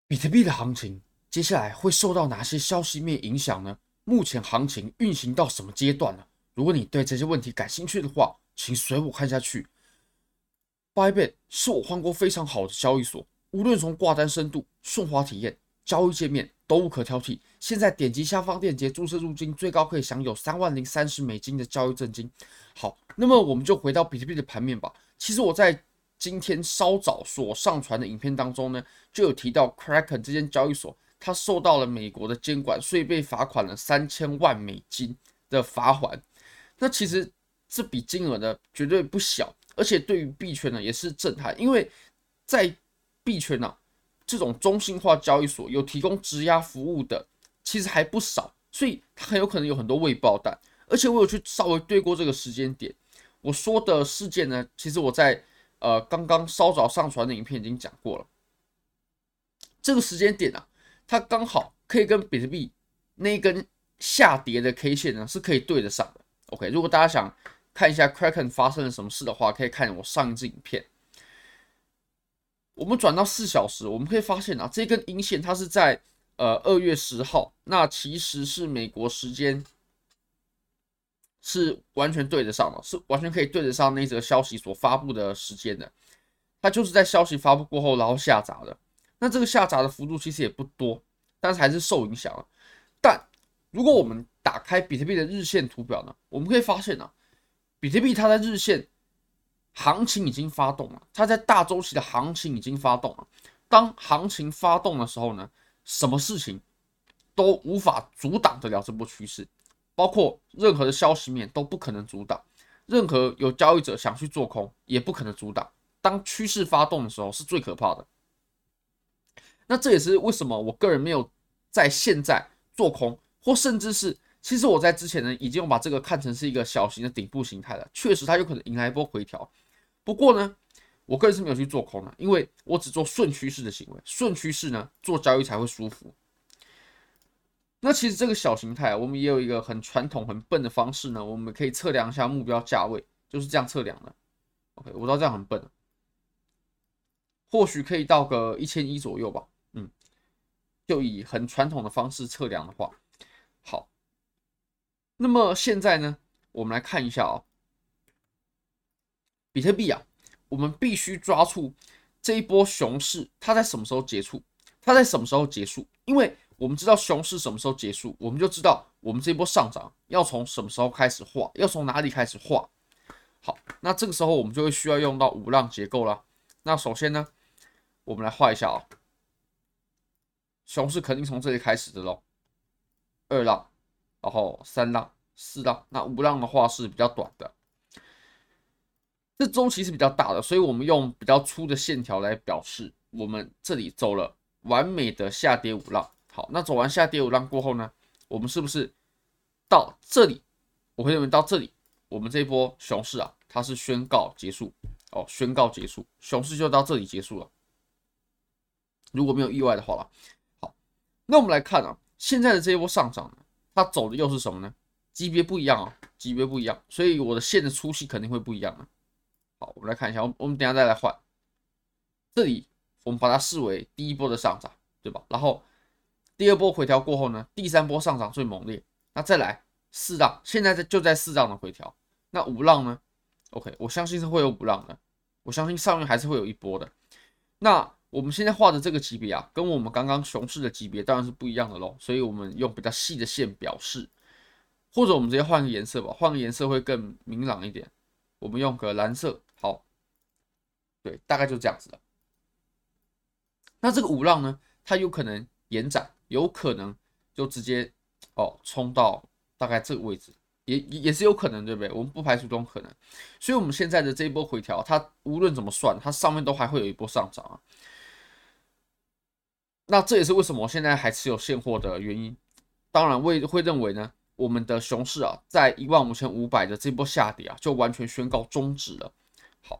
比特币的行情接下来会受到哪些消息面影响呢？目前行情运行到什么阶段呢？如果你对这些问题感兴趣的话，请随我看下去。Bybit 是我换过非常好的交易所，无论从挂单深度、顺滑体验、交易界面都无可挑剔。现在点击下方链接注册入金，最高可以享有$30,030的交易证金。好，那么我们就回到比特币的盘面吧。其实我在今天稍早所上传的影片当中呢，就有提到 Kraken 这间交易所，它受到了美国的监管，所以被罚款了$3000万的罚款。那其实这笔金额呢，绝对不小，而且对于币圈呢也是震撼，因为在币圈啊，这种中心化交易所有提供质押服务的，其实还不少，所以它很有可能有很多未爆弹。而且我有去稍微对过这个时间点，我说的事件呢，其实我在刚刚稍早上传的影片已经讲过了。这个时间点啊，它刚好可以跟比特币那一根下跌的 K 线呢是可以对得上的。OK， 如果大家想看一下 Kraken 发生了什么事的话，可以看我上一支影片。我们转到4小时，我们可以发现啊，这根阴线它是在2月10号，那其实是美国时间是完全对得上的，是完全可以对得上那则消息所发布的时间的。它就是在消息发布过后，然后下砸的。那这个下砸的幅度其实也不多，但是还是受影响了。但如果我们打开比特币的日线图表呢，我们可以发现啊，比特币它在日线行情已经发动了，它在大周期的行情已经发动了。当行情发动的时候呢，什么事情都无法阻挡得了这波趋势，包括任何的消息面都不可能阻挡，任何有交易者想去做空也不可能阻挡。当趋势发动的时候是最可怕的。那这也是为什么我个人没有在现在做空，或甚至是其实我在之前呢已经把这个看成是一个小型的顶部形态了，确实它有可能迎来一波回调。不过呢，我个人是没有去做空的，因为我只做顺趋势的行为，顺趋势呢做交易才会舒服。那其实这个小形态我们也有一个很传统、很笨的方式呢，我们可以测量一下目标价位，就是这样测量的。OK， 我知道这样很笨，或许可以到个1100左右吧。就以很传统的方式测量的话，好，那么现在呢，我们来看一下哦，比特币啊，我们必须抓住这一波熊市，它在什么时候结束？它在什么时候结束？因为我们知道熊市什么时候结束，我们就知道我们这一波上涨要从什么时候开始画，要从哪里开始画。好，那这个时候我们就会需要用到五浪结构啦。那首先呢，我们来画一下哦，熊市肯定从这里开始的咯，二浪，然后三浪、四浪，那五浪的话是比较短的。这周期是比较大的，所以我们用比较粗的线条来表示，我们这里走了完美的下跌五浪。好，那走完下跌五浪过后呢，我们是不是到这里？我会认为到这里，我们这一波熊市啊，它是宣告结束哦，宣告结束，熊市就到这里结束了。如果没有意外的话啦，好，那我们来看啊，现在的这一波上涨呢，它走的又是什么呢？级别不一样啊，级别不一样，所以我的线的粗细肯定会不一样啊。好，我们来看一下，我们等一下再来换。这里我们把它视为第一波的上涨，对吧？然后第二波回调过后呢，第三波上涨最猛烈。那再来四浪，现在就在四浪的回调。那五浪呢 ？OK， 我相信是会有五浪的，我相信上面还是会有一波的。那我们现在画的这个级别啊，跟我们刚刚熊市的级别当然是不一样的咯，所以我们用比较细的线表示，或者我们直接换个颜色吧，换个颜色会更明朗一点。我们用个蓝色，好，对，大概就这样子了。那这个五浪呢，它有可能延展，有可能就直接冲到大概这个位置，也是有可能，对不对？我们不排除这种可能。所以，我们现在的这一波回调，它无论怎么算，它上面都还会有一波上涨啊。那这也是为什么我现在还持有现货的原因。当然，我也会认为呢，我们的熊市啊，在15500的这波下跌啊，就完全宣告终止了。好，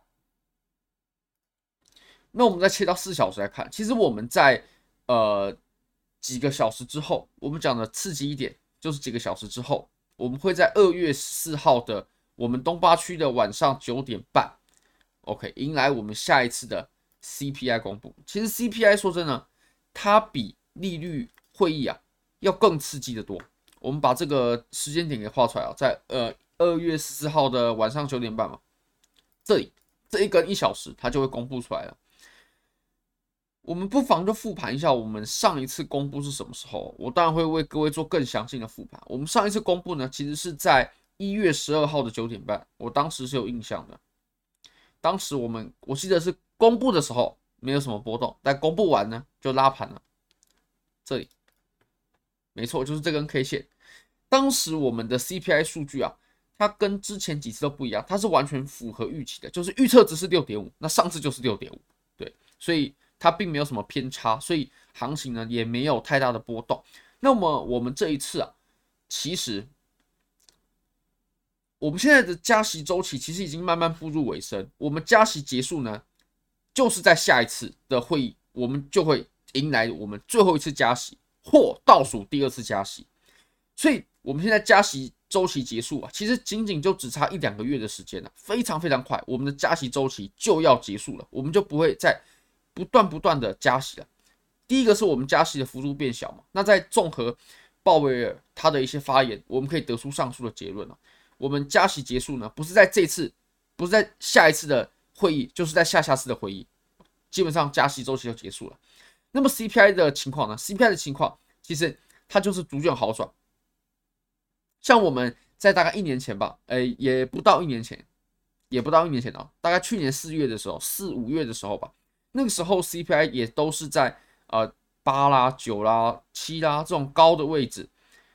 那我们再切到4小时来看，其实我们在几个小时之后，我们讲的刺激一点，就是几个小时之后，我们会在2月14号的我们东八区的晚上9点半，OK， 迎来我们下一次的 CPI 公布。其实 CPI 说真的， 它比利率会议啊要更刺激的多。我们把这个时间点给画出来啊，在2月14号的晚上9点半嘛，这里这一根1小时它就会公布出来了。我们不妨就复盘一下我们上一次公布是什么时候，我当然会为各位做更详尽的复盘。我们上一次公布呢，其实是在1月12号的9点半，我当时是有印象的。当时我记得是公布的时候没有什么波动，但公布完呢就拉盘了。这里没错，就是这根 K 线。当时我们的 CPI 数据啊，它跟之前几次都不一样，它是完全符合预期的，就是预测值是 6.5， 那上次就是 6.5， 对，所以它并没有什么偏差，所以行情呢也没有太大的波动。那么我们这一次啊，其实我们现在的加息周期其实已经慢慢步入尾声，我们加息结束呢，就是在下一次的会议，我们就会迎来我们最后一次加息或倒数第2次加息。所以我们现在加息周期结束啊，其实仅仅就只差1-2个月的时间了，非常非常快，我们的加息周期就要结束了，我们就不会再不断的加息了。第一个是我们加息的幅度变小嘛，那在综合鲍威尔他的一些发言，我们可以得出上述的结论了。我们加息结束呢，不是在这次，不是在下一次的会议，就是在下下次的会议，基本上加息周期就结束了。那么 CPI 的情况呢 ？CPI 的情况其实它就是逐渐好转。像我们在大概1年前吧，也不到1年前，哦，大概去年4月的时候，4、5月的时候吧，那个时候 CPI 也都是在8啦、9啦、7啦这种高的位置，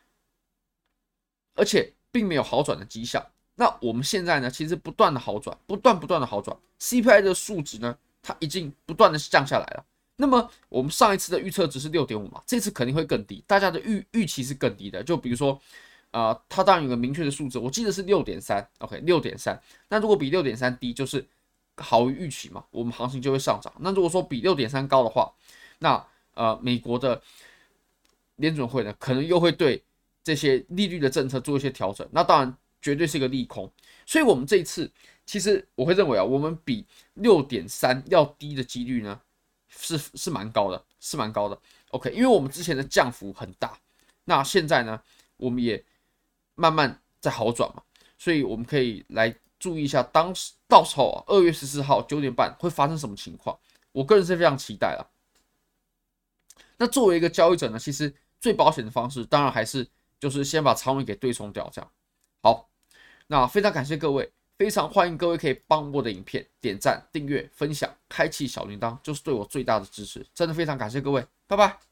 而且并没有好转的迹象。那我们现在呢，其实不断的好转，不断的好转 ，CPI 的数值呢，它已经不断的降下来了。那么我们上一次的预测值是 6.5 嘛，这次肯定会更低，大家的预期是更低的。就比如说，它当然有个明确的数字，我记得是 6.3 ，OK， 6.3。那如果比 6.3 低，就是好于预期嘛，我们行情就会上涨。那如果说比 6.3 高的话，那美国的联准会呢，可能又会对这些利率的政策做一些调整，那当然绝对是一个利空。所以我们这一次，其实我会认为啊，我们比 6.3 要低的几率呢，是蛮高的，是蛮高的。OK， 因为我们之前的降幅很大，那现在呢，我们也慢慢在好转嘛，所以我们可以来注意一下，到时候啊，2月14号9点半会发生什么情况。我个人是非常期待啊。那作为一个交易者呢，其实最保险的方式，当然还是就是先把仓位给对冲掉，这样。好，那非常感谢各位，非常欢迎各位可以帮我的影片点赞、订阅、分享、开启小铃铛，就是对我最大的支持。真的非常感谢各位，拜拜。